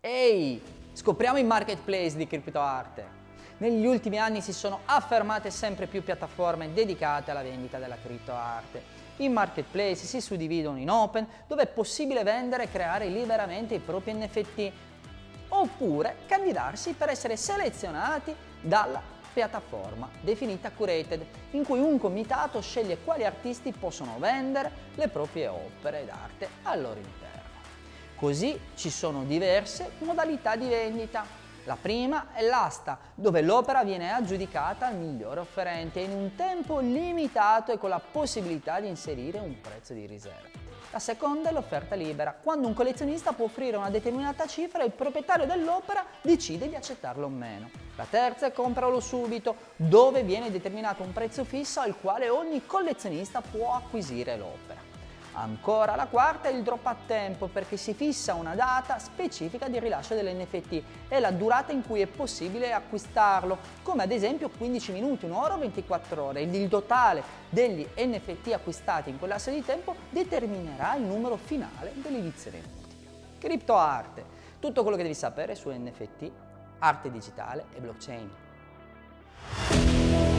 Ehi, scopriamo i marketplace di criptoarte. Negli ultimi anni si sono affermate sempre più piattaforme dedicate alla vendita della criptoarte. I marketplace si suddividono in open, dove è possibile vendere e creare liberamente i propri NFT, oppure candidarsi per essere selezionati dalla piattaforma definita curated, in cui un comitato sceglie quali artisti possono vendere le proprie opere d'arte al loro interno. Così ci sono diverse modalità di vendita. La prima è l'asta, dove l'opera viene aggiudicata al migliore offerente in un tempo limitato e con la possibilità di inserire un prezzo di riserva. La seconda è l'offerta libera, quando un collezionista può offrire una determinata cifra e il proprietario dell'opera decide di accettarla o meno. La terza è compralo subito, dove viene determinato un prezzo fisso al quale ogni collezionista può acquisire l'opera. Ancora la quarta è il drop a tempo, perché si fissa una data specifica di rilascio dell'NFT e la durata in cui è possibile acquistarlo, come ad esempio 15 minuti, un'ora o 24 ore. Il totale degli NFT acquistati in quell'asse di tempo determinerà il numero finale dell'edizione multipla. Criptoarte, tutto quello che devi sapere su NFT, arte digitale e blockchain.